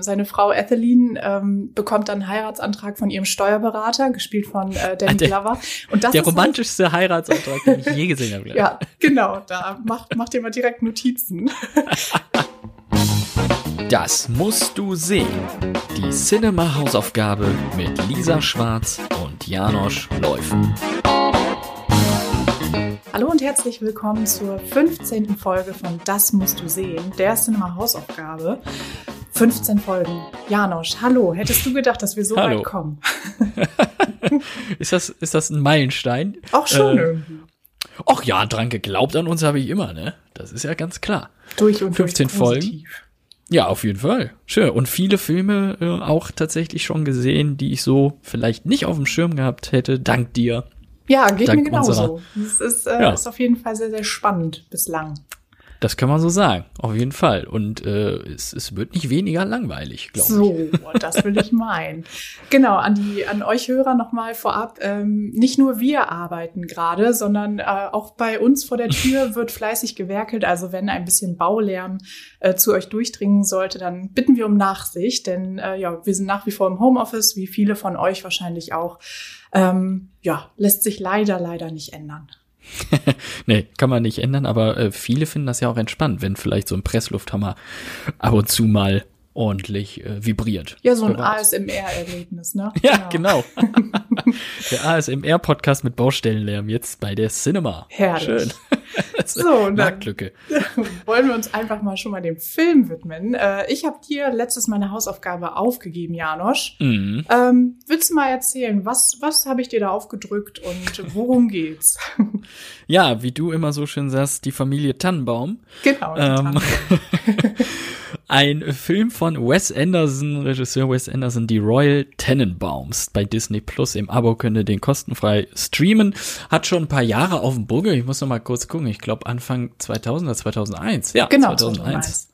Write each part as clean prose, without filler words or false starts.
seine Frau Etheline bekommt dann einen Heiratsantrag von ihrem Steuerberater, gespielt von Danny Glover. Und das der ist romantischste Heiratsantrag, den ich je gesehen habe. Ja, genau. Da macht ihr mal direkt Notizen. Das musst du sehen. Die Cinema-Hausaufgabe mit Lisa Schwarz und Janosch Läufen. Hallo und herzlich willkommen zur 15. Folge von Das musst du sehen, der Cinema-Hausaufgabe. 15 Folgen. Janosch, hallo. Hättest du gedacht, dass wir so weit kommen? Ist das ein Meilenstein? Auch schon irgendwie. Ach ja, dran geglaubt an uns habe ich immer, ne? Das ist ja ganz klar. Durch und 15 durch Folgen. positiv. Ja, auf jeden Fall. Schön. Und viele Filme auch tatsächlich schon gesehen, die ich so vielleicht nicht auf dem Schirm gehabt hätte, dank dir. Ja, geht Dank mir genauso. unserer- Es ist auf jeden Fall sehr, sehr spannend bislang. Das kann man so sagen, auf jeden Fall. Und es wird nicht weniger langweilig, glaube ich. So, das will ich meinen. Genau, an euch Hörer nochmal vorab. Nicht nur wir arbeiten gerade, sondern auch bei uns vor der Tür wird fleißig gewerkelt. Also wenn ein bisschen Baulärm zu euch durchdringen sollte, dann bitten wir um Nachsicht. Denn wir sind nach wie vor im Homeoffice, wie viele von euch wahrscheinlich auch. Lässt sich leider nicht ändern. Nee, kann man nicht ändern, aber viele finden das ja auch entspannt, wenn vielleicht so ein Presslufthammer ab und zu mal ordentlich vibriert. Ja, so ein Wer weiß. ASMR-Erlebnis, ne? Ja, genau. Der ASMR-Podcast mit Baustellenlärm jetzt bei der Cinema. Herrlich. Schön. So, und dann Marktlücke. wollen wir uns einfach mal schon mal dem Film widmen. Ich habe dir letztes Mal eine Hausaufgabe aufgegeben, Janosch. Mhm. Willst du mal erzählen, was habe ich dir da aufgedrückt und worum geht's? Ja, wie du immer so schön sagst, die Familie Tannenbaum. Genau. die Tante. Ein Film von Wes Anderson, Regisseur Wes Anderson, die Royal Tenenbaums bei Disney Plus. Im Abo könnt ihr den kostenfrei streamen. Hat schon ein paar Jahre auf dem Buckel. Ich muss noch mal kurz gucken. Ich glaube Anfang 2000 oder 2001. Ja, Genau, 2001.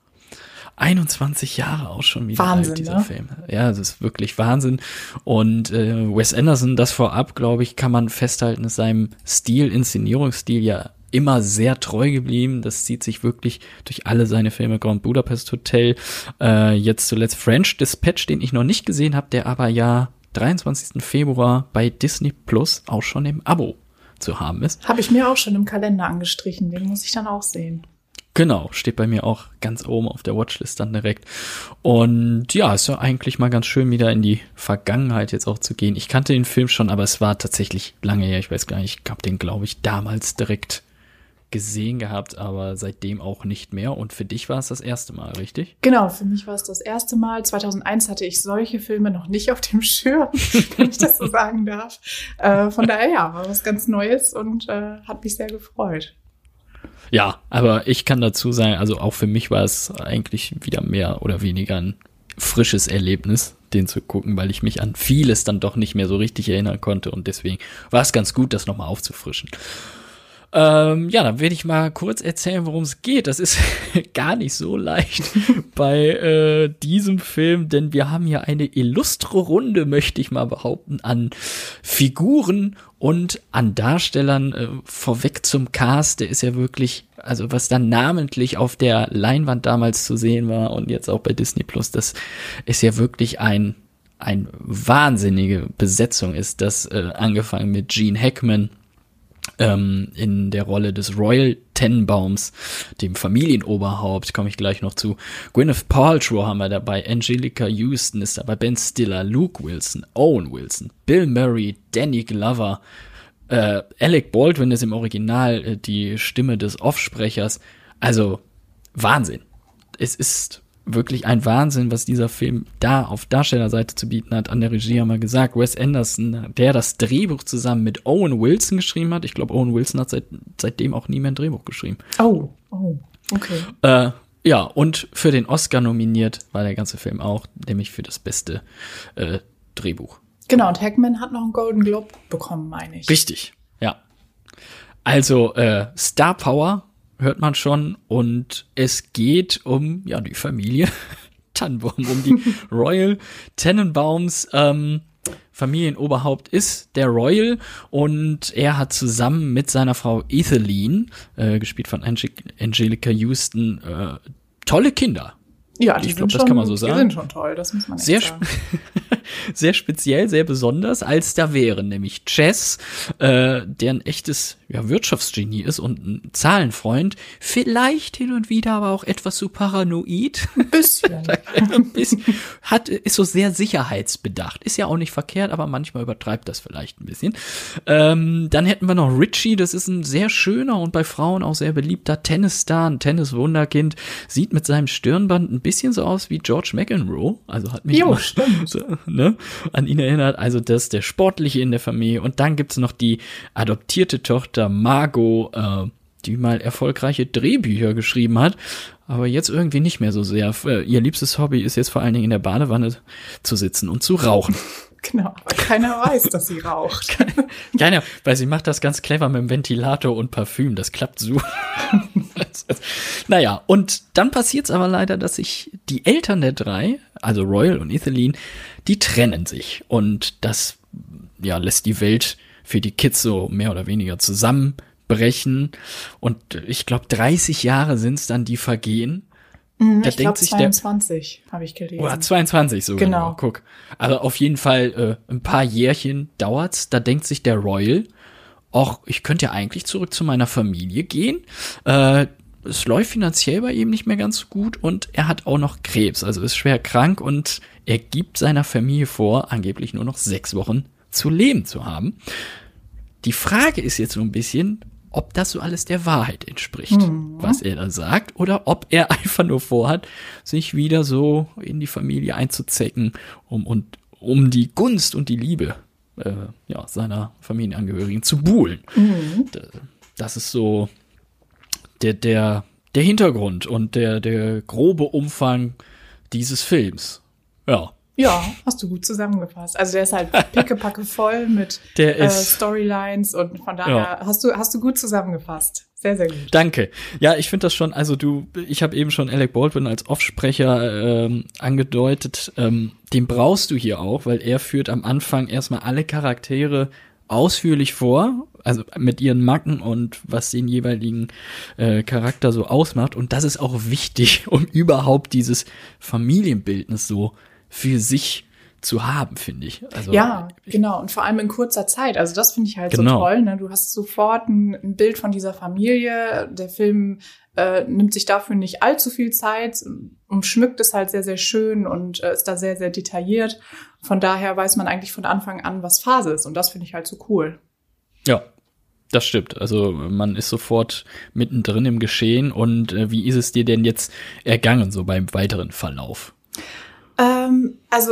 21 Jahre auch schon wieder Wahnsinn, alt, dieser ne? Film. Ja, das ist wirklich Wahnsinn. Und Wes Anderson, das vorab, glaube ich, kann man festhalten, ist seinem Stil, Inszenierungsstil ja immer sehr treu geblieben. Das zieht sich wirklich durch alle seine Filme. Grand Budapest Hotel, jetzt zuletzt French Dispatch, den ich noch nicht gesehen habe, der aber ja 23. Februar bei Disney Plus auch schon im Abo zu haben ist. Habe ich mir auch schon im Kalender angestrichen. Den muss ich dann auch sehen. Genau, steht bei mir auch ganz oben auf der Watchlist dann direkt. Und ja, ist ja eigentlich mal ganz schön, wieder in die Vergangenheit jetzt auch zu gehen. Ich kannte den Film schon, aber es war tatsächlich lange her. Ich weiß gar nicht, ich habe den, glaube ich, damals direkt gesehen gehabt, aber seitdem auch nicht mehr. Und für dich war es das erste Mal, richtig? Genau, für mich war es das erste Mal. 2001 hatte ich solche Filme noch nicht auf dem Schirm, wenn ich das so sagen darf. Von daher, ja, war was ganz Neues und hat mich sehr gefreut. Ja, aber ich kann dazu sagen, also auch für mich war es eigentlich wieder mehr oder weniger ein frisches Erlebnis, den zu gucken, weil ich mich an vieles dann doch nicht mehr so richtig erinnern konnte und deswegen war es ganz gut, das nochmal aufzufrischen. Dann werde ich mal kurz erzählen, worum es geht. Das ist gar nicht so leicht bei diesem Film, denn wir haben hier eine illustre Runde, möchte ich mal behaupten, an Figuren und an Darstellern. Vorweg zum Cast, der ist ja wirklich, also was dann namentlich auf der Leinwand damals zu sehen war und jetzt auch bei Disney Plus, das ist ja wirklich ein wahnsinnige Besetzung ist das, angefangen mit Gene Hackman, in der Rolle des Royal Tenenbaums, dem Familienoberhaupt, komme ich gleich noch zu. Gwyneth Paltrow haben wir dabei, Angelica Houston ist dabei, Ben Stiller, Luke Wilson, Owen Wilson, Bill Murray, Danny Glover, Alec Baldwin ist im Original die Stimme des Offsprechers. Also Wahnsinn. Es ist wirklich ein Wahnsinn, was dieser Film da auf Darstellerseite zu bieten hat. An der Regie haben wir gesagt, Wes Anderson, der das Drehbuch zusammen mit Owen Wilson geschrieben hat. Ich glaube, Owen Wilson hat seitdem auch nie mehr ein Drehbuch geschrieben. Oh, okay. Ja, und für den Oscar nominiert war der ganze Film auch, nämlich für das beste Drehbuch. Genau, und Hackman hat noch einen Golden Globe bekommen, meine ich. Richtig, ja. Also Star Power hört man schon, und es geht um die Familie Tannenbaum, um die Royal Tenenbaums. Familienoberhaupt ist der Royal, und er hat zusammen mit seiner Frau Etheline, gespielt von Angelica Houston, tolle Kinder. Ja, ich glaube, das kann man so sagen. Die sind schon toll, das muss man echt sagen. Sehr speziell, sehr besonders, als da wäre nämlich Chess, der ein echtes Wirtschaftsgenie ist und ein Zahlenfreund, vielleicht hin und wieder aber auch etwas so paranoid. Ein bisschen. Ist so sehr sicherheitsbedacht. Ist ja auch nicht verkehrt, aber manchmal übertreibt das vielleicht ein bisschen. Dann hätten wir noch Richie, das ist ein sehr schöner und bei Frauen auch sehr beliebter Tennisstar, ein Tenniswunderkind, sieht mit seinem Stirnband ein bisschen so aus wie George McEnroe, also hat mich an ihn erinnert, also das ist der Sportliche in der Familie. Und dann gibt's noch die adoptierte Tochter Margot, die mal erfolgreiche Drehbücher geschrieben hat, aber jetzt irgendwie nicht mehr so sehr. Ihr liebstes Hobby ist jetzt vor allen Dingen in der Badewanne zu sitzen und zu rauchen. Genau, aber keiner weiß, dass sie raucht. Keiner, weil sie macht das ganz clever mit dem Ventilator und Parfüm, das klappt so. Naja, und dann passiert's aber leider, dass sich die Eltern der drei, also Royal und Etheline, die trennen sich. Und das lässt die Welt für die Kids so mehr oder weniger zusammenbrechen. Und ich glaube, 30 Jahre sind's dann, die vergehen. Ich glaube 22 habe ich gelesen. Oder 22 sogar. Genau. Guck. Also auf jeden Fall ein paar Jährchen dauert's. Da denkt sich der Royal, ach, ich könnte ja eigentlich zurück zu meiner Familie gehen. Es läuft finanziell bei ihm nicht mehr ganz so gut und er hat auch noch Krebs, also ist schwer krank und er gibt seiner Familie vor, angeblich nur noch 6 Wochen zu leben zu haben. Die Frage ist jetzt so ein bisschen, ob das so alles der Wahrheit entspricht, was er da sagt, oder ob er einfach nur vorhat, sich wieder so in die Familie einzuzecken, um die Gunst und die Liebe seiner Familienangehörigen zu buhlen. Das ist so der Hintergrund und der grobe Umfang dieses Films. Ja. Ja, hast du gut zusammengefasst. Also der ist halt pickepacke voll mit Storylines und von daher hast du gut zusammengefasst. Sehr, sehr gut. Danke. Ja, ich finde das schon, also ich habe eben schon Alec Baldwin als Offsprecher angedeutet. Den brauchst du hier auch, weil er führt am Anfang erstmal alle Charaktere ausführlich vor, also mit ihren Macken und was den jeweiligen Charakter so ausmacht. Und das ist auch wichtig, um überhaupt dieses Familienbildnis so für sich zu haben, finde ich. Also, ja, genau. Und vor allem in kurzer Zeit. Also das finde ich halt so toll. Ne? Du hast sofort ein Bild von dieser Familie. Der Film nimmt sich dafür nicht allzu viel Zeit, umschmückt es halt sehr, sehr schön und ist da sehr, sehr detailliert. Von daher weiß man eigentlich von Anfang an, was Phase ist. Und das finde ich halt so cool. Ja, das stimmt. Also man ist sofort mittendrin im Geschehen. Und wie ist es dir denn jetzt ergangen, so beim weiteren Verlauf? Also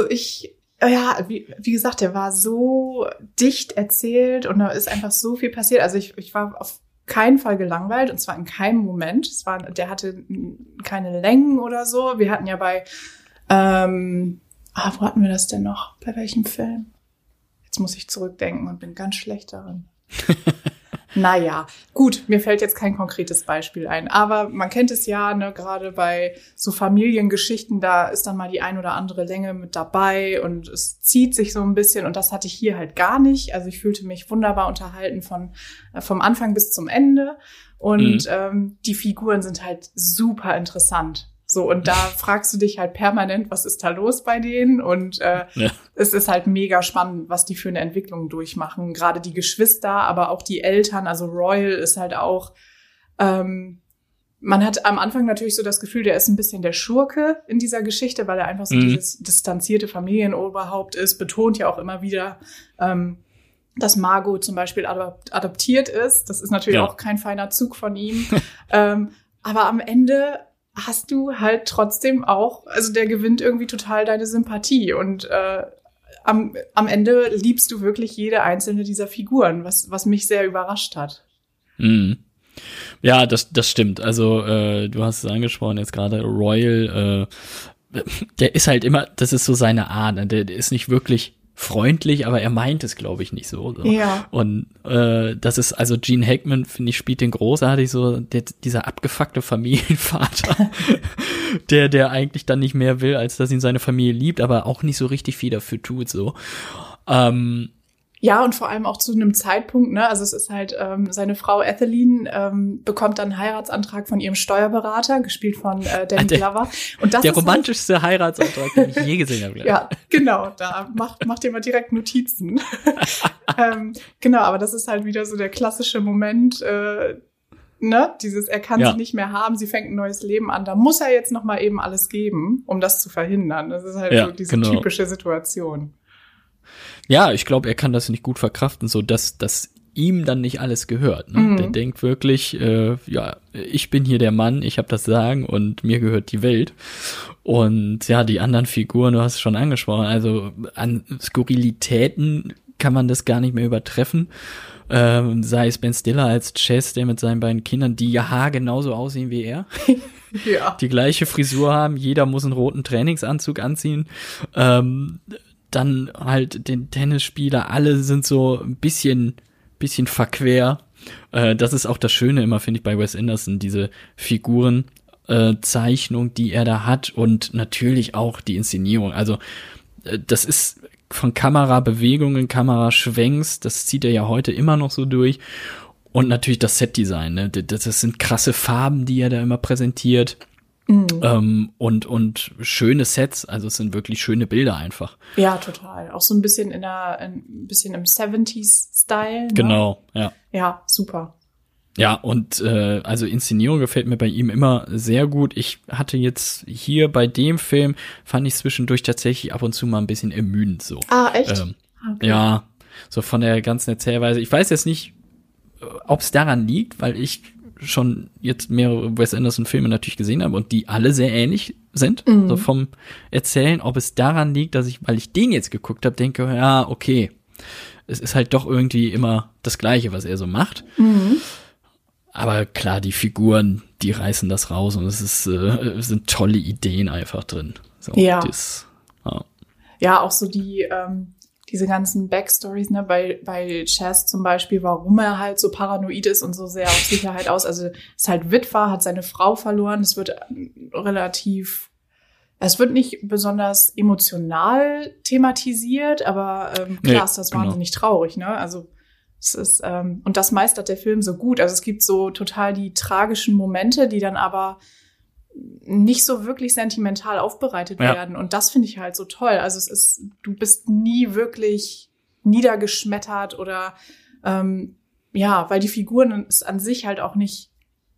wie gesagt, der war so dicht erzählt und da ist einfach so viel passiert. Also ich war auf keinen Fall gelangweilt und zwar in keinem Moment. Der hatte keine Längen oder so. Wir hatten ja bei, wo hatten wir das denn noch? Bei welchem Film? Jetzt muss ich zurückdenken und bin ganz schlecht darin. Naja, gut, mir fällt jetzt kein konkretes Beispiel ein, aber man kennt es ja, ne, gerade bei so Familiengeschichten, da ist dann mal die ein oder andere Länge mit dabei und es zieht sich so ein bisschen und das hatte ich hier halt gar nicht. Also ich fühlte mich wunderbar unterhalten vom Anfang bis zum Ende und die Figuren sind halt super interessant. So, und da fragst du dich halt permanent, was ist da los bei denen? Und es ist halt mega spannend, was die für eine Entwicklung durchmachen. Gerade die Geschwister, aber auch die Eltern. Also Royal ist halt auch, man hat am Anfang natürlich so das Gefühl, der ist ein bisschen der Schurke in dieser Geschichte, weil er einfach so dieses distanzierte Familienoberhaupt ist, betont ja auch immer wieder, dass Margot zum Beispiel adoptiert ist. Das ist natürlich auch kein feiner Zug von ihm. Aber am Ende hast du halt trotzdem auch, also der gewinnt irgendwie total deine Sympathie und am Ende liebst du wirklich jede einzelne dieser Figuren, was mich sehr überrascht hat. Ja, das stimmt. Also du hast es angesprochen jetzt gerade, Royal, der ist halt immer, das ist so seine Art, der ist nicht wirklich freundlich, aber er meint es, glaube ich, nicht so. Ja. Und das ist, also Gene Hackman, finde ich, spielt den großartig so, dieser abgefuckte Familienvater, der eigentlich dann nicht mehr will, als dass ihn seine Familie liebt, aber auch nicht so richtig viel dafür tut, so. Ja, und vor allem auch zu einem Zeitpunkt, ne, also es ist halt, seine Frau Etheline bekommt dann einen Heiratsantrag von ihrem Steuerberater, gespielt von Danny Glover. Und das der ist romantischste Heiratsantrag, den ich je gesehen habe. Ja, genau, da macht ihr mal direkt Notizen. Genau, aber das ist halt wieder so der klassische Moment, ne, er kann sie nicht mehr haben, sie fängt ein neues Leben an, da muss er jetzt noch mal eben alles geben, um das zu verhindern. Das ist halt so diese typische Situation. Ja, ich glaube, er kann das nicht gut verkraften, so dass ihm dann nicht alles gehört. Ne? Der denkt wirklich, ich bin hier der Mann, ich habe das Sagen und mir gehört die Welt. Und ja, die anderen Figuren, du hast es schon angesprochen, also an Skurrilitäten kann man das gar nicht mehr übertreffen. Sei es Ben Stiller als Chess, der mit seinen beiden Kindern, die ja genauso aussehen wie er. Ja. Die gleiche Frisur haben, jeder muss einen roten Trainingsanzug anziehen. Dann halt den Tennisspieler, alle sind so ein bisschen verquer. Das ist auch das Schöne immer, finde ich, bei Wes Anderson, diese Figurenzeichnung, die er da hat und natürlich auch die Inszenierung. Also das ist von Kamerabewegungen, Kameraschwenks, das zieht er ja heute immer noch so durch. Und natürlich das Setdesign, ne? Das sind krasse Farben, die er da immer präsentiert. Und schöne Sets, also es sind wirklich schöne Bilder einfach. Ja, total. Auch so ein bisschen im 70s-Style. Ne? Genau, ja. Ja, super. Ja, und also Inszenierung gefällt mir bei ihm immer sehr gut. Ich hatte jetzt hier bei dem Film, fand ich zwischendurch tatsächlich ab und zu mal ein bisschen ermüdend so. Ah, echt? Okay. Ja, so von der ganzen Erzählweise. Ich weiß jetzt nicht, ob es daran liegt, weil ich schon jetzt mehrere Wes Anderson-Filme natürlich gesehen habe und die alle sehr ähnlich sind, so vom Erzählen. Ob es daran liegt, weil ich den jetzt geguckt habe, denke, ja, okay, es ist halt doch irgendwie immer das Gleiche, was er so macht. Aber klar, die Figuren, die reißen das raus und es sind tolle Ideen einfach drin. So, ja. Ja, auch so diese ganzen Backstories, ne, bei Chess zum Beispiel, warum er halt so paranoid ist und so sehr auf Sicherheit aus. Also ist halt Witwer, hat seine Frau verloren. Es wird nicht besonders emotional thematisiert, aber klar ist das wahnsinnig traurig, ne? Also es ist und das meistert der Film so gut. Also es gibt so total die tragischen Momente, die dann aber nicht so wirklich sentimental aufbereitet werden. Und das finde ich halt so toll. Also du bist nie wirklich niedergeschmettert oder weil die Figuren es an sich halt auch nicht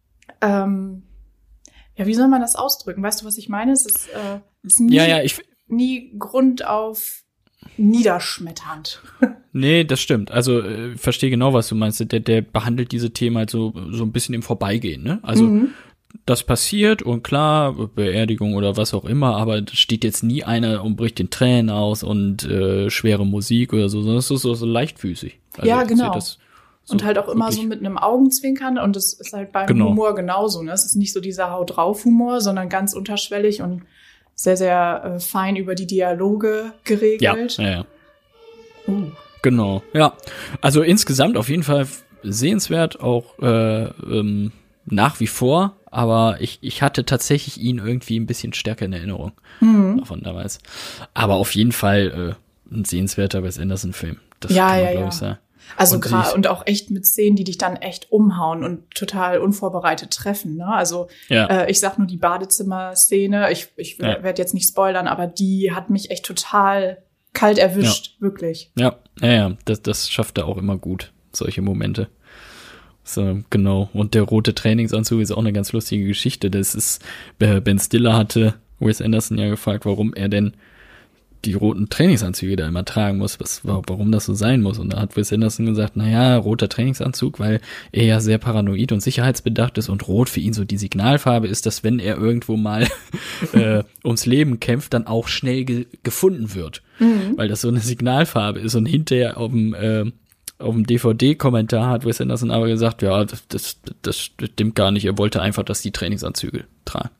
wie soll man das ausdrücken? Weißt du, was ich meine? Es ist nie Grund auf niederschmetternd. Nee, das stimmt. Also verstehe genau, was du meinst. Der behandelt diese Themen halt so ein bisschen im Vorbeigehen, ne? Also das passiert und klar, Beerdigung oder was auch immer, aber da steht jetzt nie einer und bricht den Tränen aus und schwere Musik oder so, sondern es ist so leichtfüßig. Also ja, genau. Und halt auch immer so mit einem Augenzwinkern und das ist halt beim Humor genauso, ne? Es ist nicht so dieser Haut-drauf-Humor, sondern ganz unterschwellig und sehr, sehr fein über die Dialoge geregelt. Ja. Genau, ja. Also insgesamt auf jeden Fall sehenswert, auch nach wie vor, aber ich hatte tatsächlich ihn irgendwie ein bisschen stärker in Erinnerung von damals. Aber auf jeden Fall ein sehenswerter Wes Anderson-Film. Das kann man, glaube ich, sagen. Also gerade und auch echt mit Szenen, die dich dann echt umhauen und total unvorbereitet treffen. Ne? Also ich sag nur die Badezimmer-Szene. Ich werde jetzt nicht spoilern, aber die hat mich echt total kalt erwischt, wirklich. Ja, das schafft er auch immer gut, solche Momente. So, genau. Und der rote Trainingsanzug ist auch eine ganz lustige Geschichte. Das ist, Ben Stiller hatte Wes Anderson ja gefragt, warum er denn die roten Trainingsanzüge da immer tragen muss, warum das so sein muss. Und da hat Wes Anderson gesagt, roter Trainingsanzug, weil er ja sehr paranoid und sicherheitsbedacht ist und rot für ihn so die Signalfarbe ist, dass wenn er irgendwo mal ums Leben kämpft, dann auch schnell gefunden wird. Weil das so eine Signalfarbe ist. Und hinterher auf dem DVD-Kommentar hat Wes Anderson aber gesagt, ja, das stimmt gar nicht. Er wollte einfach, dass die Trainingsanzüge tragen.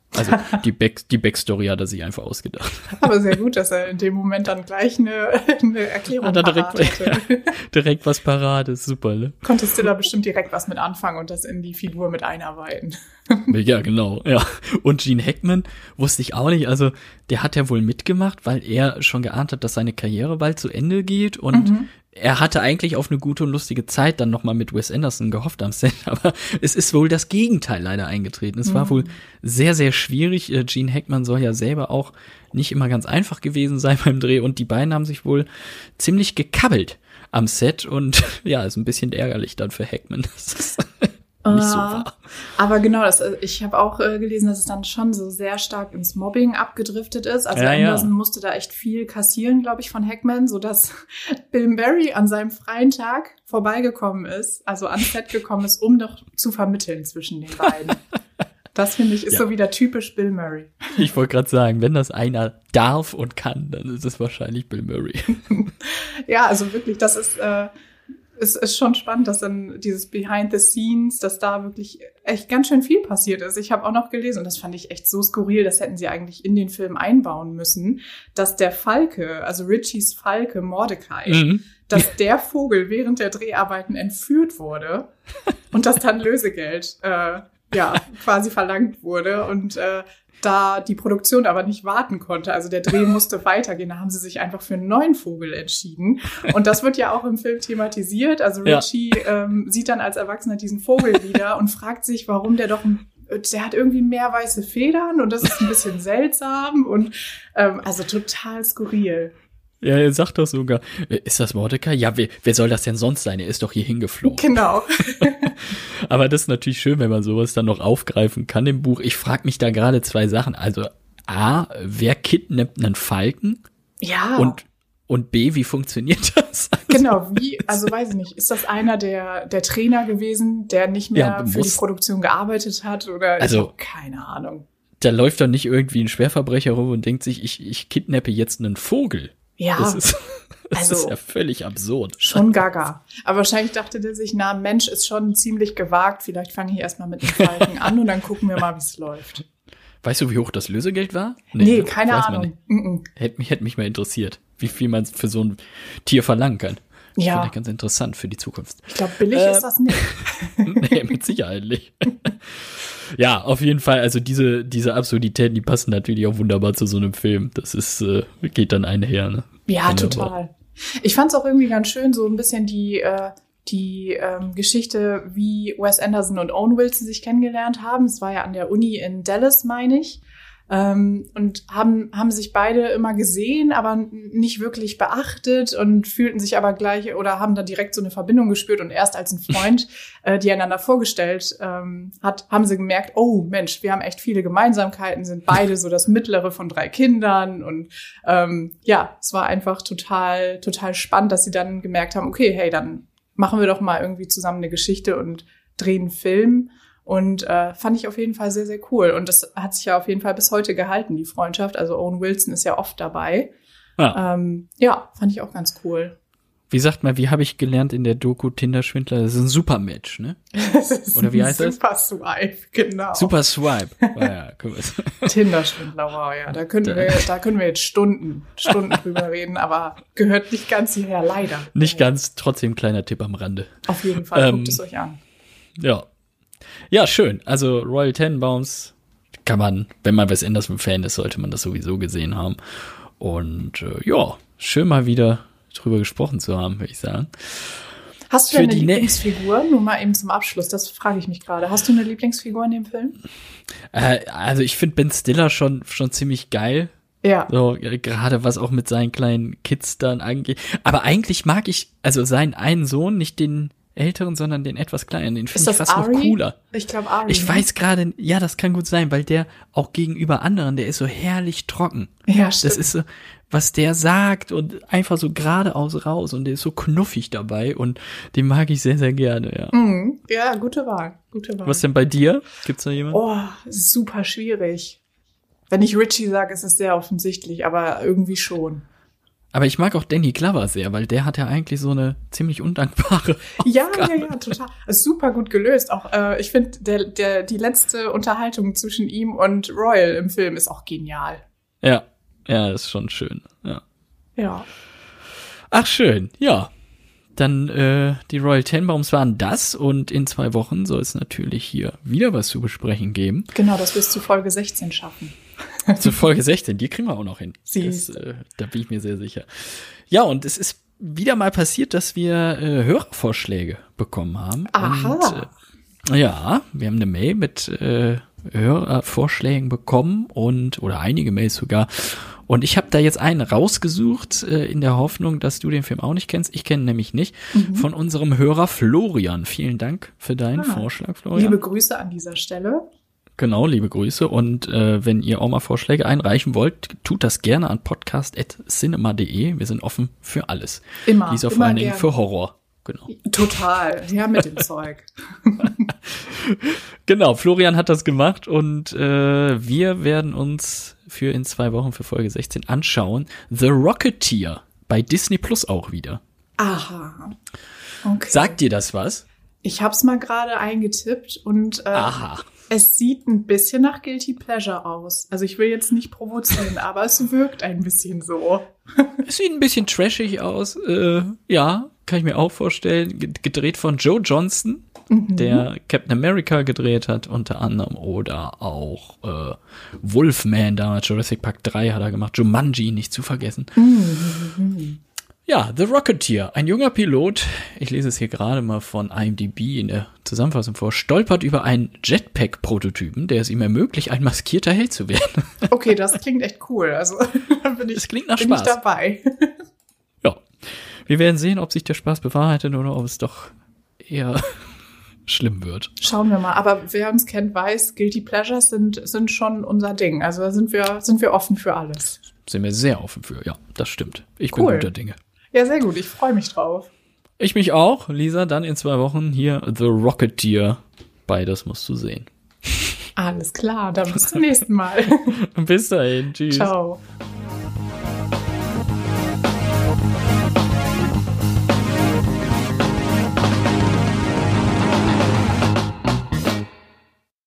Also die Backstory hat er sich einfach ausgedacht. Aber sehr gut, dass er in dem Moment dann gleich eine Erklärung parat hatte. Direkt was parat ist, super, ne? Konnte Stiller bestimmt direkt was mit anfangen und das in die Figur mit einarbeiten. Ja, genau, ja. Und Gene Hackman wusste ich auch nicht, also der hat ja wohl mitgemacht, weil er schon geahnt hat, dass seine Karriere bald zu Ende geht und er hatte eigentlich auf eine gute und lustige Zeit dann nochmal mit Wes Anderson gehofft am Set, aber es ist wohl das Gegenteil leider eingetreten. Es war wohl sehr, sehr schwierig. Gene Hackman soll ja selber auch nicht immer ganz einfach gewesen sein beim Dreh und die beiden haben sich wohl ziemlich gekabbelt am Set und ja, ist ein bisschen ärgerlich dann für Hackman. Das ist nicht so wahr. Aber genau, ich habe auch gelesen, dass es dann schon so sehr stark ins Mobbing abgedriftet ist. Also Anderson musste da echt viel kassieren, glaube ich, von Hackman, sodass Bill Murray an seinem freien Tag vorbeigekommen ist, also ans Set gekommen ist, um doch zu vermitteln zwischen den beiden. Das, finde ich, ist so wieder typisch Bill Murray. Ich wollte gerade sagen, wenn das einer darf und kann, dann ist es wahrscheinlich Bill Murray. Ja, also wirklich, das ist... Es ist schon spannend, dass dann dieses Behind the Scenes, dass da wirklich echt ganz schön viel passiert ist. Ich habe auch noch gelesen, und das fand ich echt so skurril, das hätten sie eigentlich in den Film einbauen müssen, dass der Falke, also Richies Falke Mordecai, dass der Vogel während der Dreharbeiten entführt wurde und dass dann Lösegeld quasi verlangt wurde und da die Produktion aber nicht warten konnte, also der Dreh musste weitergehen, da haben sie sich einfach für einen neuen Vogel entschieden. Und das wird ja auch im Film thematisiert. Also Richie sieht dann als Erwachsener diesen Vogel wieder und fragt sich, warum der hat irgendwie mehr weiße Federn und das ist ein bisschen seltsam und also total skurril. Ja, er sagt doch sogar, ist das Mordecai? Ja, wer soll das denn sonst sein? Er ist doch hier hingeflogen. Genau. Aber das ist natürlich schön, wenn man sowas dann noch aufgreifen kann im Buch. Ich frage mich da gerade zwei Sachen. Also A, wer kidnappt einen Falken? Ja. Und B, wie funktioniert das? Genau, also weiß ich nicht, ist das einer der Trainer gewesen, der nicht mehr für die Produktion gearbeitet hat? Oder ich habe keine Ahnung. Da läuft doch nicht irgendwie ein Schwerverbrecher rum und denkt sich, ich kidnappe jetzt einen Vogel. Ja, das ist ja völlig absurd. Schon gaga. Aber wahrscheinlich dachte der sich, Mensch ist schon ziemlich gewagt. Vielleicht fange ich erstmal mit dem Falken an und dann gucken wir mal, wie es läuft. Weißt du, wie hoch das Lösegeld war? Nee, keine Ahnung. Hätte mich mal interessiert, wie viel man für so ein Tier verlangen kann. Ja. Finde ich ganz interessant für die Zukunft. Ich glaube, billig ist das nicht. Nee, mit Sicherheit nicht. Ja, auf jeden Fall, also diese Absurditäten, die passen natürlich auch wunderbar zu so einem Film. Das ist, geht dann einher, ne? Ja, total. Ich fand's auch irgendwie ganz schön, so ein bisschen die Geschichte, wie Wes Anderson und Owen Wilson sich kennengelernt haben. Es war ja an der Uni in Dallas, meine ich. Und haben sich beide immer gesehen, aber nicht wirklich beachtet und fühlten sich aber gleich oder haben dann direkt so eine Verbindung gespürt und erst als ein Freund die einander vorgestellt haben sie gemerkt, oh Mensch, wir haben echt viele Gemeinsamkeiten, sind beide so das mittlere von 3 Kindern und es war einfach total, total spannend, dass sie dann gemerkt haben, okay, hey, dann machen wir doch mal irgendwie zusammen eine Geschichte und drehen einen Film. Und fand ich auf jeden Fall sehr, sehr cool. Und das hat sich ja auf jeden Fall bis heute gehalten, die Freundschaft. Also Owen Wilson ist ja oft dabei. Ja, fand ich auch ganz cool. Wie sagt man, wie habe ich gelernt in der Doku Tinder-Schwindler? Das ist ein Super-Match, ne? Das ist oder wie heißt das? Super-Swipe, genau. Super-Swipe. Ja, Tinder-Schwindler, wow, ja. Da können wir jetzt Stunden drüber reden, aber gehört nicht ganz hierher, leider. Nicht ganz, trotzdem kleiner Tipp am Rande. Auf jeden Fall, guckt es euch an. Ja, schön. Also Royal Tenenbaums kann man, wenn man Wes Anderson-Fan ist, sollte man das sowieso gesehen haben. Und schön mal wieder drüber gesprochen zu haben, würde ich sagen. Hast du denn eine Lieblingsfigur? Nur mal eben zum Abschluss, das frage ich mich gerade. Hast du eine Lieblingsfigur in dem Film? Also ich finde Ben Stiller schon ziemlich geil. Ja. So, gerade was auch mit seinen kleinen Kids dann angeht. Aber eigentlich mag ich also seinen einen Sohn, nicht den älteren, sondern den etwas kleinen. Den finde ich fast noch cooler. Ich glaube Ari. Ich weiß gerade, ja, das kann gut sein, weil der auch gegenüber anderen, der ist so herrlich trocken. Ja, stimmt. Das ist so, was der sagt und einfach so geradeaus raus und der ist so knuffig dabei und den mag ich sehr, sehr gerne, ja. Ja, gute Wahl. Was denn bei dir? Gibt's da jemanden? Oh, super schwierig. Wenn ich Richie sage, ist es sehr offensichtlich, aber irgendwie schon. Aber ich mag auch Danny Glover sehr, weil der hat ja eigentlich so eine ziemlich undankbare Ja, total. Ist super gut gelöst. Auch ich finde, die letzte Unterhaltung zwischen ihm und Royal im Film ist auch genial. Ja, ist schon schön. Ja. Ach, schön. Ja. Dann die Royal Tenenbaums waren das und in 2 Wochen soll es natürlich hier wieder was zu besprechen geben. Genau, dass wir es zu Folge 16 schaffen. Zu Folge 16, die kriegen wir auch noch hin. Da bin ich mir sehr sicher. Ja, und es ist wieder mal passiert, dass wir Hörervorschläge bekommen haben. Aha. Und, ja, wir haben eine Mail mit Hörervorschlägen bekommen oder einige Mails sogar. Und ich habe da jetzt einen rausgesucht, in der Hoffnung, dass du den Film auch nicht kennst. Ich kenne ihn nämlich nicht. Von unserem Hörer Florian. Vielen Dank für deinen Vorschlag, Florian. Liebe Grüße an dieser Stelle. Genau, liebe Grüße. Und wenn ihr auch mal Vorschläge einreichen wollt, tut das gerne an podcast@cinema.de. Wir sind offen für alles. Immer. Dieser vor allen Dingen für Horror. Genau. Total. Ja, mit dem Zeug. Genau, Florian hat das gemacht und wir werden uns für in 2 Wochen für Folge 16 anschauen. The Rocketeer bei Disney Plus auch wieder. Aha. Okay. Sagt dir das was? Ich hab's mal gerade eingetippt und Aha. Es sieht ein bisschen nach Guilty Pleasure aus. Also ich will jetzt nicht provozieren, aber es wirkt ein bisschen so. Es sieht ein bisschen trashig aus. Ja, kann ich mir auch vorstellen. Gedreht von Joe Johnston, der Captain America gedreht hat, unter anderem. Oder auch Wolfman, damals Jurassic Park 3 hat er gemacht. Jumanji, nicht zu vergessen. Ja, The Rocketeer, ein junger Pilot, ich lese es hier gerade mal von IMDb in der Zusammenfassung vor, stolpert über einen Jetpack-Prototypen, der es ihm ermöglicht, ein maskierter Held zu werden. Okay, das klingt echt cool. Also da bin es klingt nach bin Spaß. Ich dabei. Ja, wir werden sehen, ob sich der Spaß bewahrheitet oder ob es doch eher schlimm wird. Schauen wir mal. Aber wer uns kennt, weiß, Guilty Pleasures sind schon unser Ding. Also da sind wir offen für alles. Sind wir sehr offen für, ja, das stimmt. Ich bin guter Dinge. Ja, sehr gut. Ich freue mich drauf. Ich mich auch. Lisa, dann in 2 Wochen hier The Rocketeer. Beides musst du sehen. Alles klar, dann bis zum nächsten Mal. Bis dahin. Tschüss. Ciao.